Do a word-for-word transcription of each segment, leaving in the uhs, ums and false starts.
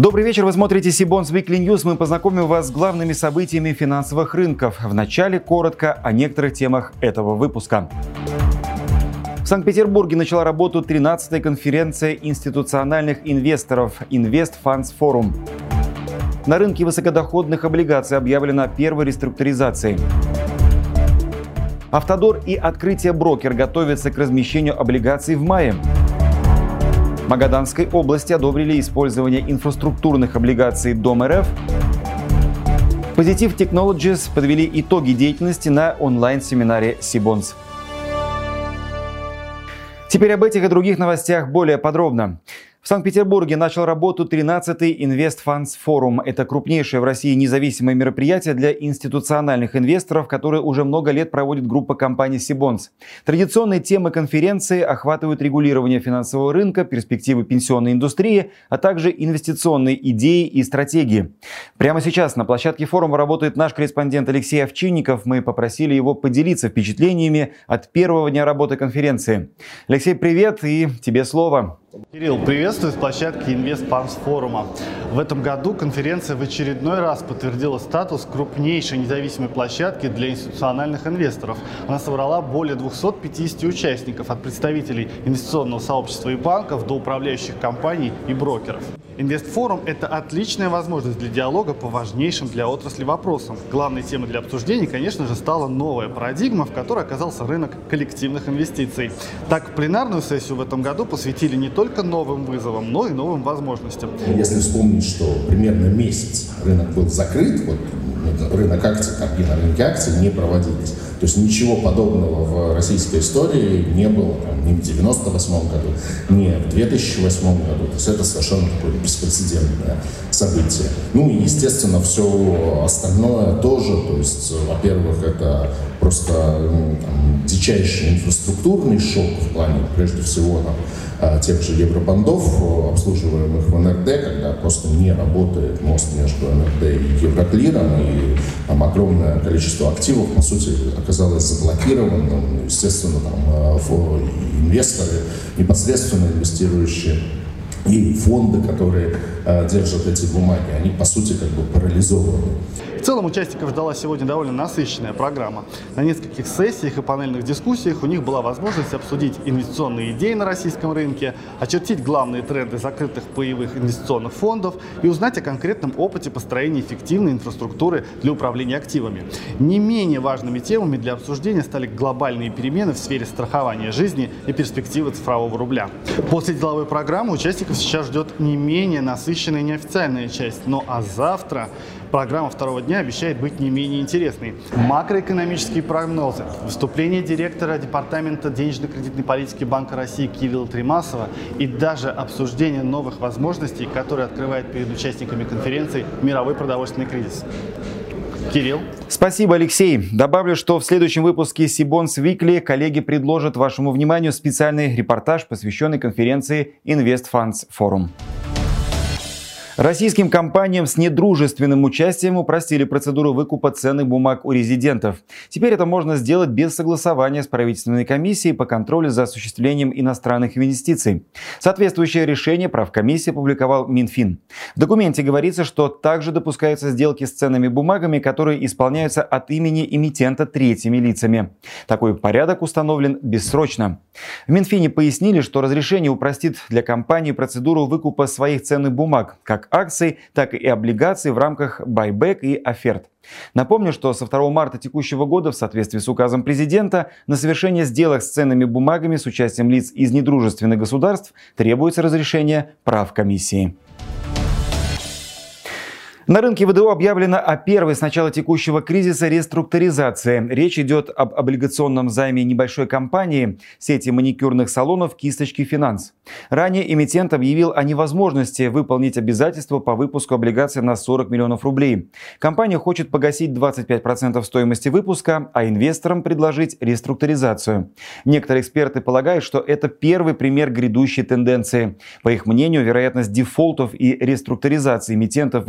Добрый вечер, вы смотрите Сибонс Weekly News. Мы познакомим вас с главными событиями финансовых рынков. Вначале коротко о некоторых темах этого выпуска. В Санкт-Петербурге начала работу тринадцатая конференция институциональных инвесторов Invest Funds Forum. На рынке высокодоходных облигаций объявлена первая реструктуризация. Автодор и Открытие Брокер готовятся к размещению облигаций в мае. В Магаданской области одобрили использование инфраструктурных облигаций Дом.РФ. Positive Technologies подвели итоги деятельности на онлайн-семинаре Сибонс. Теперь об этих и других новостях более подробно. В Санкт-Петербурге начал работу тринадцатый Invest Funds Forum. Это крупнейшее в России независимое мероприятие для институциональных инвесторов, которое уже много лет проводит группа компаний Сибонс. Традиционные темы конференции охватывают регулирование финансового рынка, перспективы пенсионной индустрии, а также инвестиционные идеи и стратегии. Прямо сейчас на площадке форума работает наш корреспондент Алексей Овчинников. Мы попросили его поделиться впечатлениями от первого дня работы конференции. Алексей, привет, и тебе слово. Кирилл, приветствую с площадки Invest Funds форума. В этом году конференция в очередной раз подтвердила статус крупнейшей независимой площадки для институциональных инвесторов. Она собрала более двухсот пятидесяти участников, от представителей инвестиционного сообщества и банков до управляющих компаний и брокеров. Инвестфорум – это отличная возможность для диалога по важнейшим для отрасли вопросам. Главной темой для обсуждений, конечно же, стала новая парадигма, в которой оказался рынок коллективных инвестиций. Так, пленарную сессию в этом году посвятили не только новым вызовам, но и новым возможностям. Если вспомнить, что примерно месяц рынок был закрыт, вот, рынок акций, торги на рынке акций не проводились. То есть ничего подобного в российской истории не было там, ни в девяносто восьмом году, ни в две тысячи восьмом году. То есть это совершенно такое беспрецедентное событие. Ну и, естественно, все остальное тоже. То есть, во-первых, это просто там, дичайший инфраструктурный шок в плане, прежде всего, там, тех же евробандов, обслуживаемых в эн эр дэ, когда просто не работает мост между эн эр дэ и Евроклиром, и там огромное количество активов, по сути, оказалось заблокированным. Естественно, там инвесторы, непосредственно инвестирующие, и фонды, которые э, держат эти бумаги, они, по сути, как бы парализованы. В целом участников ждала сегодня довольно насыщенная программа. На нескольких сессиях и панельных дискуссиях у них была возможность обсудить инвестиционные идеи на российском рынке, очертить главные тренды закрытых паевых инвестиционных фондов и узнать о конкретном опыте построения эффективной инфраструктуры для управления активами. Не менее важными темами для обсуждения стали глобальные перемены в сфере страхования жизни и перспективы цифрового рубля. После деловой программы участников сейчас ждет не менее насыщенная неофициальная часть. Ну а завтра программа второго дня обещает быть не менее интересной. Макроэкономические прогнозы, выступление директора Департамента денежно-кредитной политики Банка России Кирилла Тремасова и даже обсуждение новых возможностей, которые открывает перед участниками конференции мировой продовольственный кризис. Кирилл. Спасибо, Алексей. Добавлю, что в следующем выпуске Сибонс Weekly коллеги предложат вашему вниманию специальный репортаж, посвященный конференции Invest Funds Forum. Российским компаниям с недружественным участием упростили процедуру выкупа ценных бумаг у резидентов. Теперь это можно сделать без согласования с правительственной комиссией по контролю за осуществлением иностранных инвестиций. Соответствующее решение правкомиссии опубликовал Минфин. В документе говорится, что также допускаются сделки с ценными бумагами, которые исполняются от имени эмитента третьими лицами. Такой порядок установлен бессрочно. В Минфине пояснили, что разрешение упростит для компаний процедуру выкупа своих ценных бумаг, как акций, так и облигаций в рамках байбек и оферт. Напомню, что со второго марта текущего года в соответствии с указом президента на совершение сделок с ценными бумагами с участием лиц из недружественных государств требуется разрешение правкомиссии. На рынке вэ дэ о объявлено о первой с начала текущего кризиса реструктуризации. Речь идет об облигационном займе небольшой компании сети маникюрных салонов «Кисточки Финанс». Ранее эмитент объявил о невозможности выполнить обязательства по выпуску облигаций на сорок миллионов рублей. Компания хочет погасить двадцать пять процентов стоимости выпуска, а инвесторам предложить реструктуризацию. Некоторые эксперты полагают, что это первый пример грядущей тенденции. По их мнению, вероятность дефолтов и реструктуризации эмитентов высокодоходных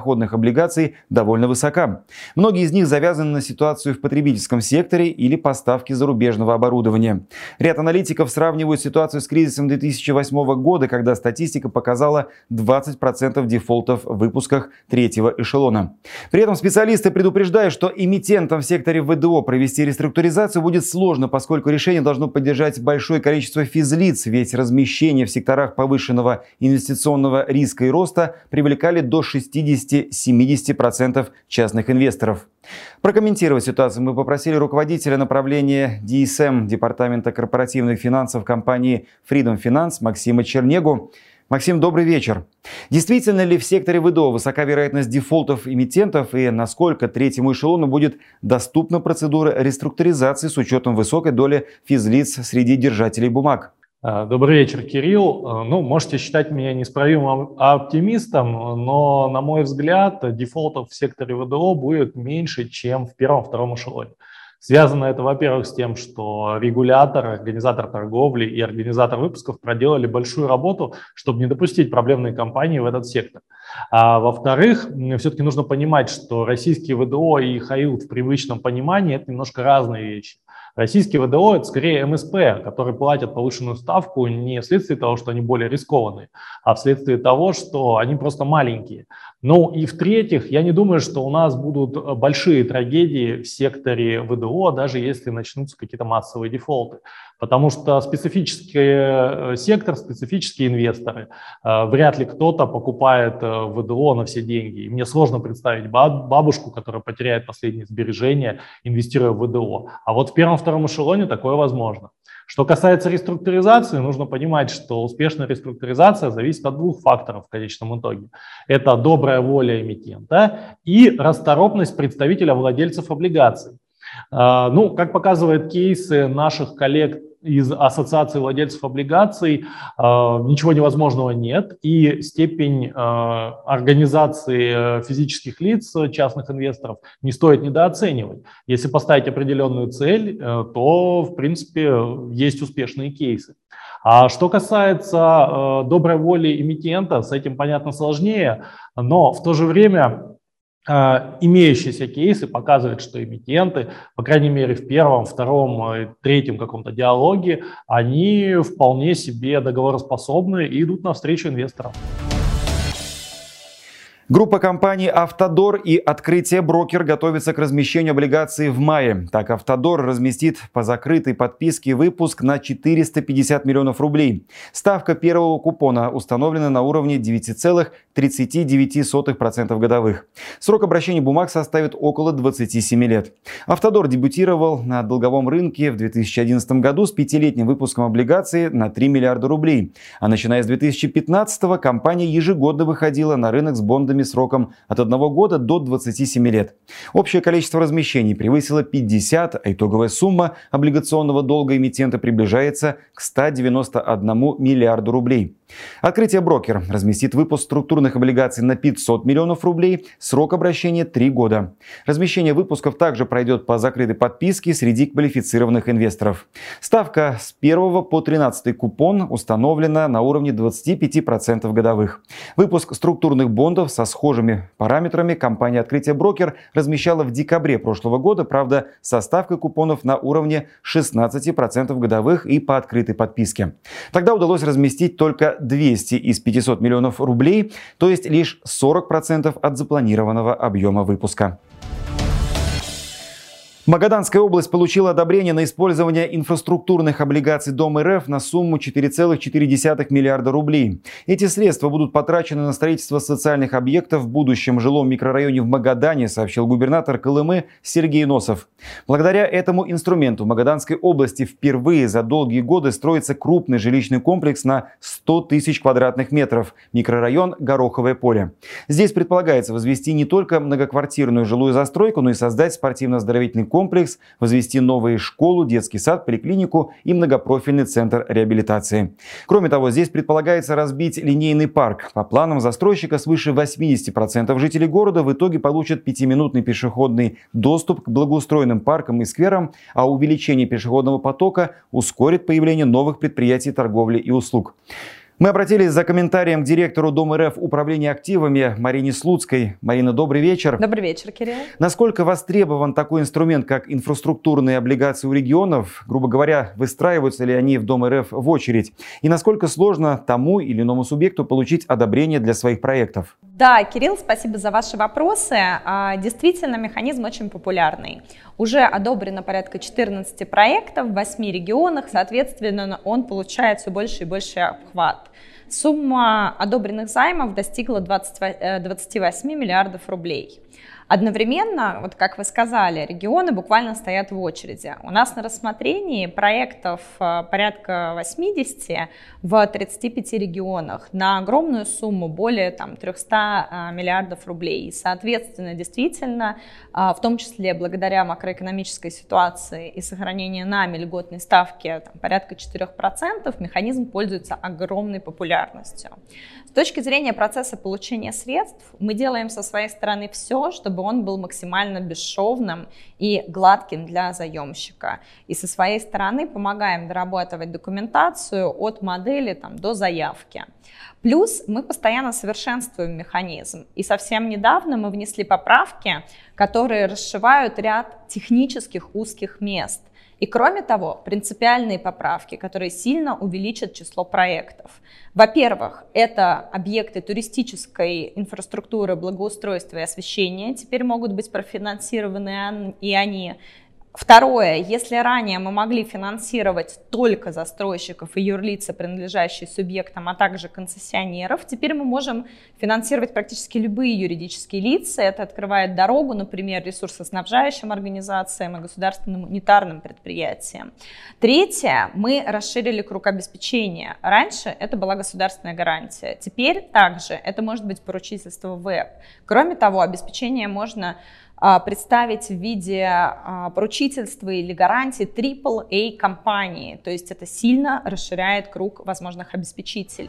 высокодоходных облигаций довольно высока. Многие из них завязаны на ситуацию в потребительском секторе или поставки зарубежного оборудования. Ряд аналитиков сравнивают ситуацию с кризисом две тысячи восьмого года, когда статистика показала двадцать процентов дефолтов в выпусках третьего эшелона. При этом специалисты предупреждают, что эмитентам в секторе ВДО провести реструктуризацию будет сложно, поскольку решение должно поддержать большое количество физлиц, ведь размещение в секторах повышенного инвестиционного риска и роста привлекали до шестидесяти-семидесяти процентов частных инвесторов. Прокомментировать ситуацию мы попросили руководителя направления ди эс эм Департамента корпоративных финансов компании Freedom Finance Максима Чернегу. Максим, добрый вечер. Действительно ли в секторе ВДО высока вероятность дефолтов эмитентов и насколько третьему эшелону будет доступна процедура реструктуризации с учетом высокой доли физлиц среди держателей бумаг? Добрый вечер, Кирилл. Ну, можете считать меня неисправимым оптимистом, но, на мой взгляд, дефолтов в секторе ВДО будет меньше, чем в первом-втором эшелоне. Связано это, во-первых, с тем, что регулятор, организатор торговли и организатор выпусков проделали большую работу, чтобы не допустить проблемные компании в этот сектор. А во-вторых, все-таки нужно понимать, что российские ВДО и хай-йилд в привычном понимании – это немножко разные вещи. Российские ВДО – это скорее эм эс пэ, которые платят повышенную ставку не вследствие того, что они более рискованные, а вследствие того, что они просто маленькие. Ну и в-третьих, я не думаю, что у нас будут большие трагедии в секторе ВДО, даже если начнутся какие-то массовые дефолты. Потому что специфический сектор, специфические инвесторы. Вряд ли кто-то покупает ВДО на все деньги. И мне сложно представить бабушку, которая потеряет последние сбережения, инвестируя в ВДО. А вот в первом-втором эшелоне такое возможно. Что касается реструктуризации, нужно понимать, что успешная реструктуризация зависит от двух факторов в конечном итоге. Это добрая воля эмитента и расторопность представителя владельцев облигаций. Ну, как показывают кейсы наших коллег из Ассоциации владельцев облигаций, ничего невозможного нет, и степень организации физических лиц, частных инвесторов, не стоит недооценивать. Если поставить определенную цель, то, в принципе, есть успешные кейсы. А что касается доброй воли эмитента, с этим, понятно, сложнее, но в то же время имеющиеся кейсы показывают, что эмитенты, по крайней мере в первом, втором, третьем каком-то диалоге, они вполне себе договороспособны и идут навстречу инвесторам. Группа компаний «Автодор» и «Открытие Брокер» готовятся к размещению облигаций в мае. Так, «Автодор» разместит по закрытой подписке выпуск на четыреста пятьдесят миллионов рублей. Ставка первого купона установлена на уровне девять целых тридцать девять сотых процента годовых. Срок обращения бумаг составит около двадцати семи лет. «Автодор» дебютировал на долговом рынке в две тысячи одиннадцатом году с пятилетним выпуском облигаций на три миллиарда рублей. А начиная с две тысячи пятнадцатого компания ежегодно выходила на рынок с бондами сроком от одного года до двадцати семи лет. Общее количество размещений превысило пятьдесят, а итоговая сумма облигационного долга эмитента приближается к ста девяноста одному миллиарду рублей. «Открытие Брокер» разместит выпуск структурных облигаций на пятьсот миллионов рублей, срок обращения три года. Размещение выпусков также пройдет по закрытой подписке среди квалифицированных инвесторов. Ставка с первого по тринадцатый купон установлена на уровне двадцати пяти процентов годовых. Выпуск структурных бондов со схожими параметрами компания «Открытие Брокер» размещала в декабре прошлого года, правда, со ставкой купонов на уровне шестнадцати процентов годовых и по открытой подписке. Тогда удалось разместить только двести из пятисот миллионов рублей, то есть лишь сорок процентов от запланированного объема выпуска. Магаданская область получила одобрение на использование инфраструктурных облигаций Дом эр эф на сумму четыре целых четыре десятых миллиарда рублей. Эти средства будут потрачены на строительство социальных объектов в будущем жилом микрорайоне в Магадане, сообщил губернатор Колымы Сергей Носов. Благодаря этому инструменту в Магаданской области впервые за долгие годы строится крупный жилищный комплекс на сто тысяч квадратных метров, микрорайон Гороховое поле. Здесь предполагается возвести не только многоквартирную жилую застройку, но и создать спортивно-оздоровительный комплекс, комплекс, возвести новую школу, детский сад, поликлинику и многопрофильный центр реабилитации. Кроме того, здесь предполагается разбить линейный парк. По планам застройщика, свыше восьмидесяти процентов жителей города в итоге получат пятиминутный пешеходный доступ к благоустроенным паркам и скверам, а увеличение пешеходного потока ускорит появление новых предприятий торговли и услуг. Мы обратились за комментарием к директору Дом.РФ управления активами Марине Слуцкой. Марина, добрый вечер. Добрый вечер, Кирилл. Насколько востребован такой инструмент, как инфраструктурные облигации у регионов? Грубо говоря, выстраиваются ли они в Дом.РФ в очередь? И насколько сложно тому или иному субъекту получить одобрение для своих проектов? Да, Кирилл, спасибо за ваши вопросы. Действительно, механизм очень популярный. Уже одобрено порядка четырнадцати проектов в восьми регионах, соответственно, он получает все больше и больше обхват. Сумма одобренных займов достигла двадцати восьми миллиардов рублей. Одновременно, вот как вы сказали, регионы буквально стоят в очереди. У нас на рассмотрении проектов порядка восьмидесяти в тридцати пяти регионах на огромную сумму, более там, трёхсот миллиардов рублей. И, соответственно, действительно, в том числе благодаря макроэкономической ситуации и сохранению нами льготной ставки там, порядка четырёх процентов, механизм пользуется огромной популярностью. С точки зрения процесса получения средств, мы делаем со своей стороны все, чтобы он был максимально бесшовным и гладким для заемщика. И со своей стороны помогаем дорабатывать документацию от модели там, до заявки. Плюс мы постоянно совершенствуем механизм. И совсем недавно мы внесли поправки, которые расшивают ряд технических узких мест. И кроме того, принципиальные поправки, которые сильно увеличат число проектов. Во-первых, это объекты туристической инфраструктуры, благоустройства и освещения теперь могут быть профинансированы и они. Второе, если ранее мы могли финансировать только застройщиков и юрлица, принадлежащие субъектам, а также концессионеров, теперь мы можем финансировать практически любые юридические лица. Это открывает дорогу, например, ресурсоснабжающим организациям и государственным унитарным предприятиям. Третье, мы расширили круг обеспечения. Раньше это была государственная гарантия, теперь также это может быть поручительство ВЭП. Кроме того, обеспечение можно представить в виде поручительства или гарантии трипл эй компании, то есть это сильно расширяет круг возможных обеспечителей.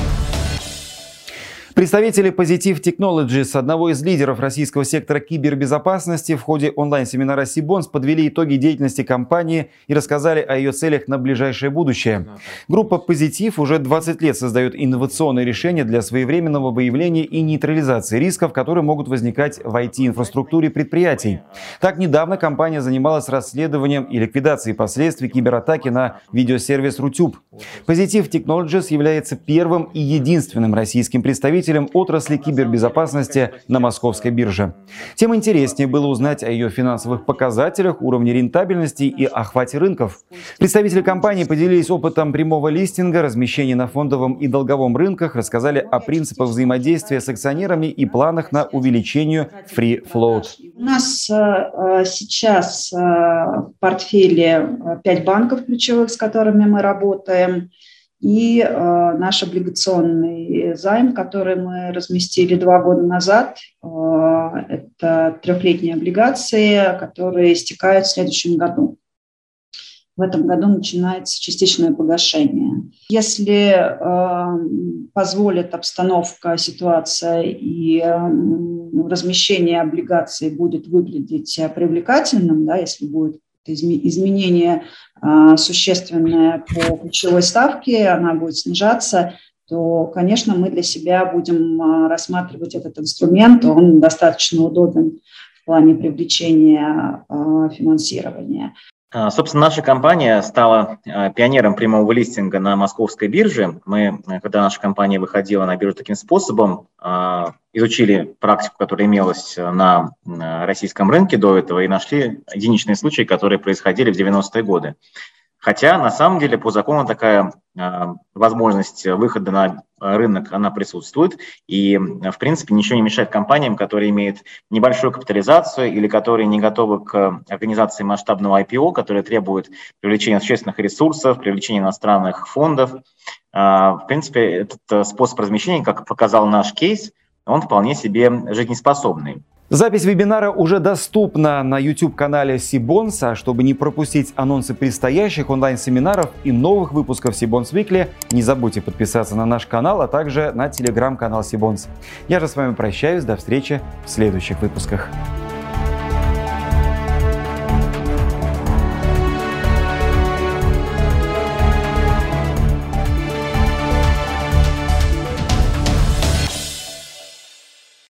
Представители Positive Technologies, одного из лидеров российского сектора кибербезопасности, в ходе онлайн-семинара Сибонс подвели итоги деятельности компании и рассказали о ее целях на ближайшее будущее. Группа Positive уже двадцать лет создает инновационные решения для своевременного выявления и нейтрализации рисков, которые могут возникать в ай ти-инфраструктуре предприятий. Так, недавно компания занималась расследованием и ликвидацией последствий кибератаки на видеосервис Рутюб. Positive Technologies является первым и единственным российским представителем отрасли кибербезопасности на московской бирже. Тем интереснее было узнать о ее финансовых показателях, уровне рентабельности и охвате рынков. Представители компании поделились опытом прямого листинга, размещения на фондовом и долговом рынках, рассказали о принципах взаимодействия с акционерами и планах на увеличение free float. У нас э, сейчас э, в портфеле пять банков ключевых, с которыми мы работаем. И э, наш облигационный займ, который мы разместили два года назад, э, это трехлетние облигации, которые истекают в следующем году. В этом году начинается частичное погашение. Если э, позволит обстановка, ситуация и э, размещение облигаций будет выглядеть привлекательным, да, если будет изменение а, существенное по ключевой ставке, она будет снижаться, то, конечно, мы для себя будем а, рассматривать этот инструмент. Он достаточно удобен в плане привлечения а, финансирования. Собственно, наша компания стала пионером прямого листинга на московской бирже. Мы, когда наша компания выходила на биржу таким способом, изучили практику, которая имелась на российском рынке до этого, и нашли единичные случаи, которые происходили в девяностые годы. Хотя, на самом деле, по закону такая э, возможность выхода на рынок, она присутствует. И, в принципе, ничего не мешает компаниям, которые имеют небольшую капитализацию или которые не готовы к организации масштабного ай пи о, которые требуют привлечения существенных ресурсов, привлечения иностранных фондов. Э, в принципе, этот способ размещения, как показал наш кейс, он вполне себе жизнеспособный. Запись вебинара уже доступна на YouTube-канале Сибонс, а чтобы не пропустить анонсы предстоящих онлайн-семинаров и новых выпусков Сибонс Weekly, не забудьте подписаться на наш канал, а также на телеграм-канал Сибонс. Я же с вами прощаюсь, до встречи в следующих выпусках.